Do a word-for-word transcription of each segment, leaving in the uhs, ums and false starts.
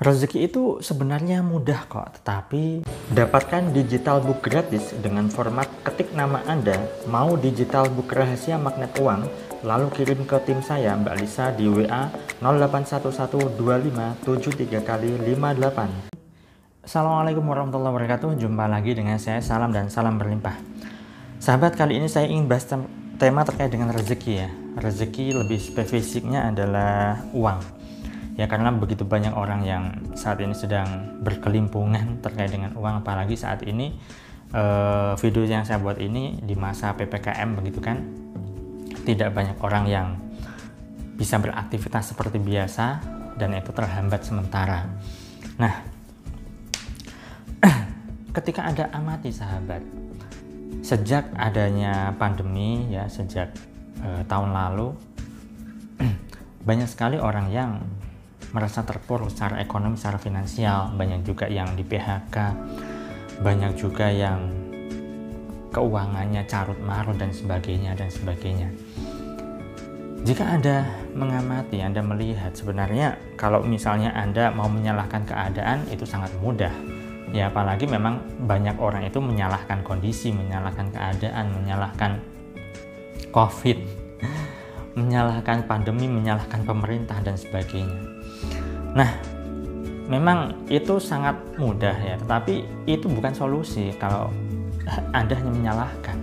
Rezeki itu sebenarnya mudah kok, tetapi dapatkan digital book gratis dengan format ketik nama Anda, mau digital book rahasia magnet uang, lalu kirim ke tim saya Mbak Lisa di W A nol delapan satu satu dua lima tujuh tiga kali lima delapan. Assalamualaikum warahmatullahi wabarakatuh, jumpa lagi dengan saya Salam dan salam berlimpah. Sahabat, kali ini saya ingin bahas tema terkait dengan rezeki ya. Rezeki lebih spesifiknya adalah uang. Ya, karena begitu banyak orang yang saat ini sedang berkelimpungan terkait dengan uang, apalagi saat ini eh, video yang saya buat ini di masa P P K M begitu kan, tidak banyak orang yang bisa beraktivitas seperti biasa dan itu terhambat sementara. Nah, ketika Anda amati sahabat, sejak adanya pandemi ya, sejak eh, tahun lalu banyak sekali orang yang merasa terpuruk secara ekonomi, secara finansial. Banyak juga yang di P H K, banyak juga yang keuangannya carut marut dan sebagainya dan sebagainya. Jika Anda mengamati, Anda melihat, sebenarnya kalau misalnya Anda mau menyalahkan keadaan itu sangat mudah ya, apalagi memang banyak orang itu menyalahkan kondisi, menyalahkan keadaan, menyalahkan COVID, menyalahkan pandemi, menyalahkan pemerintah dan sebagainya. Nah, memang itu sangat mudah ya, tetapi itu bukan solusi kalau Anda hanya menyalahkan.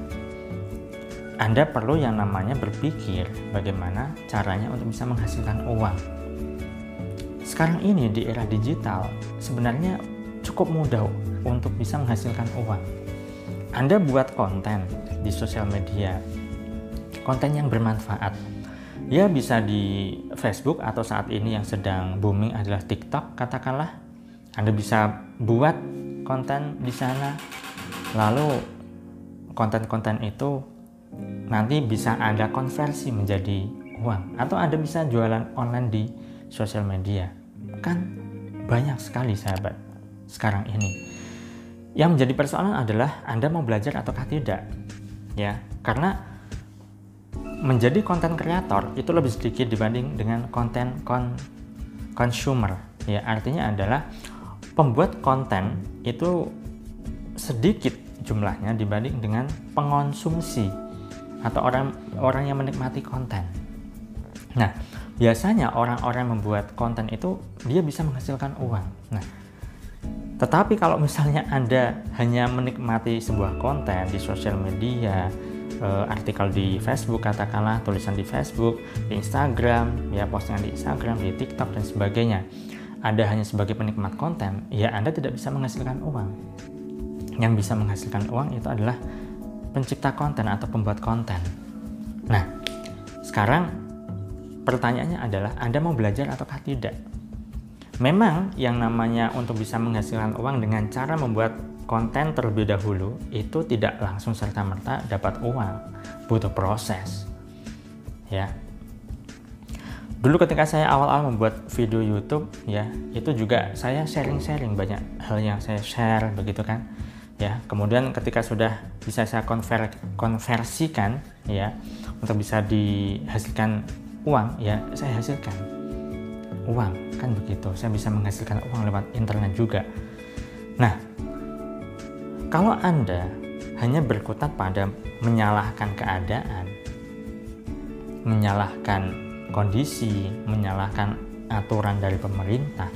Anda perlu yang namanya berpikir bagaimana caranya untuk bisa menghasilkan uang. Sekarang ini di era digital sebenarnya cukup mudah untuk bisa menghasilkan uang. Anda buat konten di sosial media, konten yang bermanfaat. Ya, bisa di Facebook atau saat ini yang sedang booming adalah TikTok katakanlah. Anda bisa buat konten di sana, lalu konten-konten itu nanti bisa Anda konversi menjadi uang, atau Anda bisa jualan online di sosial media. Kan banyak sekali sahabat sekarang ini. Yang menjadi persoalan adalah Anda mau belajar ataukah tidak ya, karena menjadi konten kreator itu lebih sedikit dibanding dengan konten kon consumer ya, artinya adalah pembuat konten itu sedikit jumlahnya dibanding dengan pengonsumsi atau orang orang yang menikmati konten. Nah, biasanya orang-orang membuat konten itu dia bisa menghasilkan uang. Nah, tetapi kalau misalnya Anda hanya menikmati sebuah konten di sosial media, artikel di Facebook katakanlah, tulisan di Facebook, di Instagram, ya postingan di Instagram, di TikTok dan sebagainya, Anda hanya sebagai penikmat konten, ya Anda tidak bisa menghasilkan uang. Yang bisa menghasilkan uang itu adalah pencipta konten atau pembuat konten. Nah, sekarang pertanyaannya adalah Anda mau belajar ataukah tidak? Memang yang namanya untuk bisa menghasilkan uang dengan cara membuat konten terlebih dahulu itu tidak langsung serta-merta dapat uang, butuh proses ya. Dulu ketika saya awal-awal membuat video YouTube ya, itu juga saya sharing-sharing banyak hal yang saya share begitu kan ya. Kemudian ketika sudah bisa saya konver konversikan ya untuk bisa dihasilkan uang ya, saya hasilkan uang kan begitu. Saya bisa menghasilkan uang lewat internet juga. Nah, kalau Anda hanya berkutat pada menyalahkan keadaan, menyalahkan kondisi, menyalahkan aturan dari pemerintah,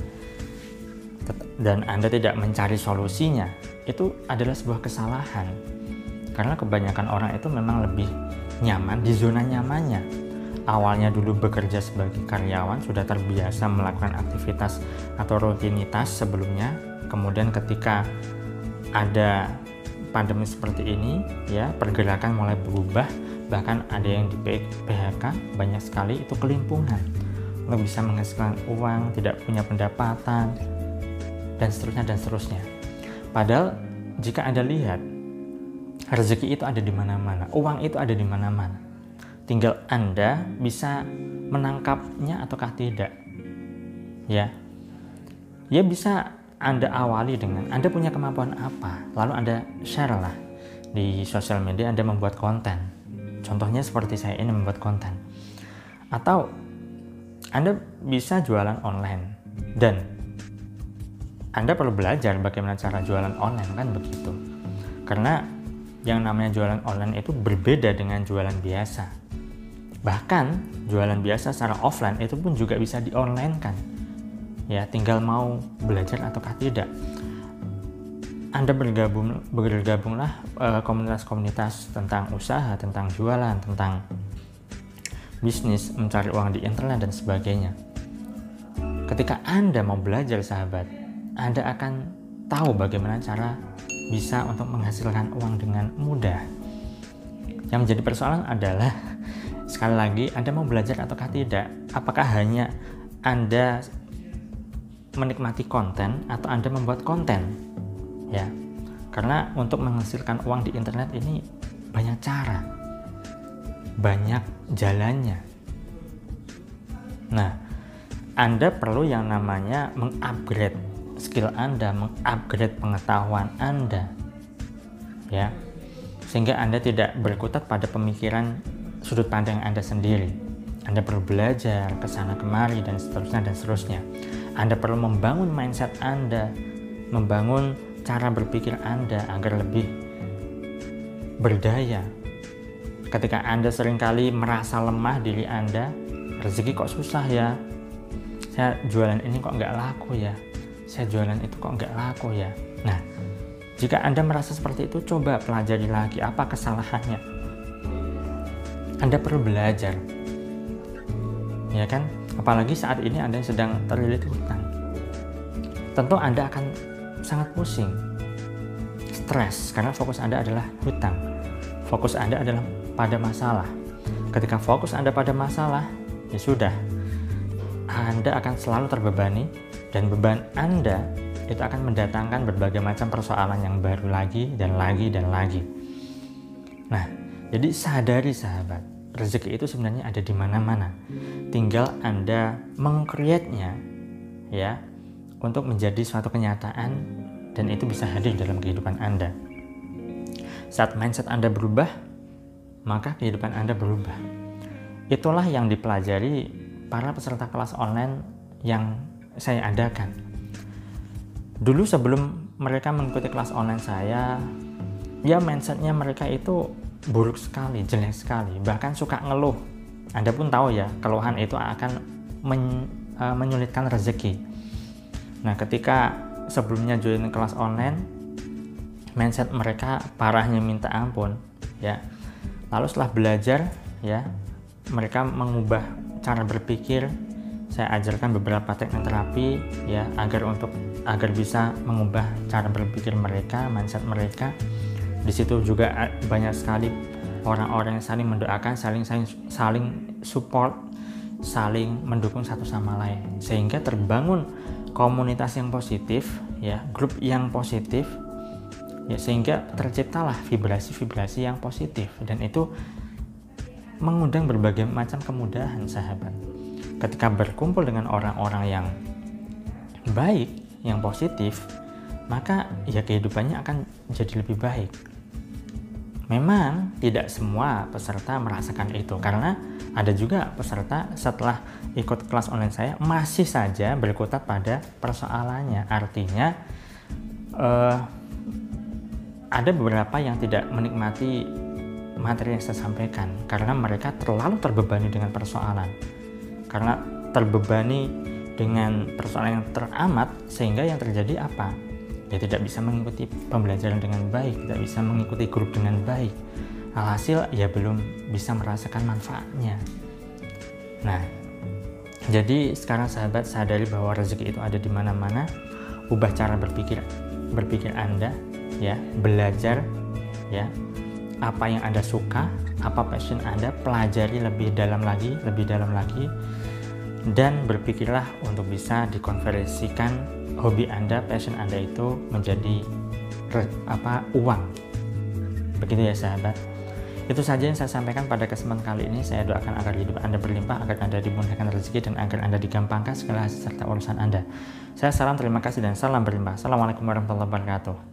dan Anda tidak mencari solusinya, itu adalah sebuah kesalahan. Karena kebanyakan orang itu memang lebih nyaman di zona nyamannya. Awalnya dulu bekerja sebagai karyawan, sudah terbiasa melakukan aktivitas atau rutinitas sebelumnya, kemudian ketika ada pandemi seperti ini ya, pergerakan mulai berubah, bahkan ada yang di P H K, banyak sekali itu kelimpungan, nggak bisa menghasilkan uang, tidak punya pendapatan dan seterusnya dan seterusnya. Padahal jika Anda lihat, rezeki itu ada di mana-mana, uang itu ada di mana-mana, tinggal Anda bisa menangkapnya ataukah tidak ya. Ya, bisa Anda awali dengan Anda punya kemampuan apa, lalu Anda share lah di sosial media. Anda membuat konten, contohnya seperti saya ini membuat konten, atau Anda bisa jualan online dan Anda perlu belajar bagaimana cara jualan online, kan begitu. Karena yang namanya jualan online itu berbeda dengan jualan biasa. Bahkan jualan biasa secara offline itu pun juga bisa di online kan. Ya, tinggal mau belajar ataukah tidak. Anda bergabung bergabunglah uh, komunitas-komunitas tentang usaha, tentang jualan, tentang bisnis, mencari uang di internet dan sebagainya. Ketika Anda mau belajar, sahabat, Anda akan tahu bagaimana cara bisa untuk menghasilkan uang dengan mudah. Yang menjadi persoalan adalah, sekali lagi, Anda mau belajar ataukah tidak? Apakah hanya Anda menikmati konten atau Anda membuat konten? Ya, karena untuk menghasilkan uang di internet ini banyak cara, banyak jalannya. Nah, Anda perlu yang namanya mengupgrade skill Anda, mengupgrade pengetahuan Anda, ya, sehingga Anda tidak berkutat pada pemikiran sudut pandang Anda sendiri. Anda perlu belajar ke sana kemari dan seterusnya dan seterusnya. Anda perlu membangun mindset Anda, membangun cara berpikir Anda agar lebih berdaya. Ketika Anda seringkali merasa lemah diri Anda, rezeki kok susah ya, saya jualan ini kok nggak laku ya, saya jualan itu kok nggak laku ya. Nah, jika Anda merasa seperti itu, coba pelajari lagi apa kesalahannya. Anda perlu belajar, ya kan? Apalagi saat ini Anda sedang terlilit hutang. Tentu Anda akan sangat pusing, stres, karena fokus Anda adalah hutang. Fokus Anda adalah pada masalah. Ketika fokus Anda pada masalah, ya sudah, Anda akan selalu terbebani. Dan beban Anda itu akan mendatangkan berbagai macam persoalan yang baru lagi dan lagi dan lagi. Nah, jadi sadari, sahabat, rezeki itu sebenarnya ada di mana-mana. Tinggal Anda meng-create-nya, ya, untuk menjadi suatu kenyataan, dan itu bisa hadir dalam kehidupan Anda. Saat mindset Anda berubah, maka kehidupan Anda berubah. Itulah yang dipelajari para peserta kelas online yang saya adakan. Dulu sebelum mereka mengikuti kelas online saya, ya mindsetnya mereka itu buruk sekali, jelek sekali, bahkan suka ngeluh. Anda pun tahu ya, keluhan itu akan men, uh, menyulitkan rezeki. Nah, ketika sebelumnya join kelas online, mindset mereka parahnya minta ampun, ya. Lalu setelah belajar, ya, mereka mengubah cara berpikir. Saya ajarkan beberapa teknik terapi, ya, agar untuk agar bisa mengubah cara berpikir mereka, mindset mereka. Di situ juga banyak sekali orang-orang yang saling mendoakan, saling saling saling support, saling mendukung satu sama lain, sehingga terbangun komunitas yang positif, ya, grup yang positif, ya, sehingga terciptalah vibrasi-vibrasi yang positif, dan itu mengundang berbagai macam kemudahan, sahabat. Ketika berkumpul dengan orang-orang yang baik, yang positif, maka ya kehidupannya akan jadi lebih baik. Memang tidak semua peserta merasakan itu, karena ada juga peserta setelah ikut kelas online saya masih saja berkutat pada persoalannya. Artinya eh, ada beberapa yang tidak menikmati materi yang saya sampaikan karena mereka terlalu terbebani dengan persoalan. Karena terbebani dengan persoalan yang teramat, sehingga yang terjadi apa? Ya, tidak bisa mengikuti pembelajaran dengan baik, tidak bisa mengikuti grup dengan baik. Alhasil ya belum bisa merasakan manfaatnya. Nah, jadi sekarang sahabat sadari bahwa rezeki itu ada di mana-mana. Ubah cara berpikir berpikir Anda, ya, belajar, ya, apa yang Anda suka, apa passion Anda, pelajari lebih dalam lagi, lebih dalam lagi, dan berpikirlah untuk bisa dikonversikan hobi Anda, passion Anda itu menjadi apa uang. Begitu ya, sahabat. Itu saja yang saya sampaikan pada kesempatan kali ini. Saya doakan agar hidup Anda berlimpah, agar Anda dimudahkan rezeki, dan agar Anda digampangkan segala hasil serta urusan Anda. Saya salam, terima kasih, dan salam berlimpah. Assalamualaikum warahmatullahi wabarakatuh.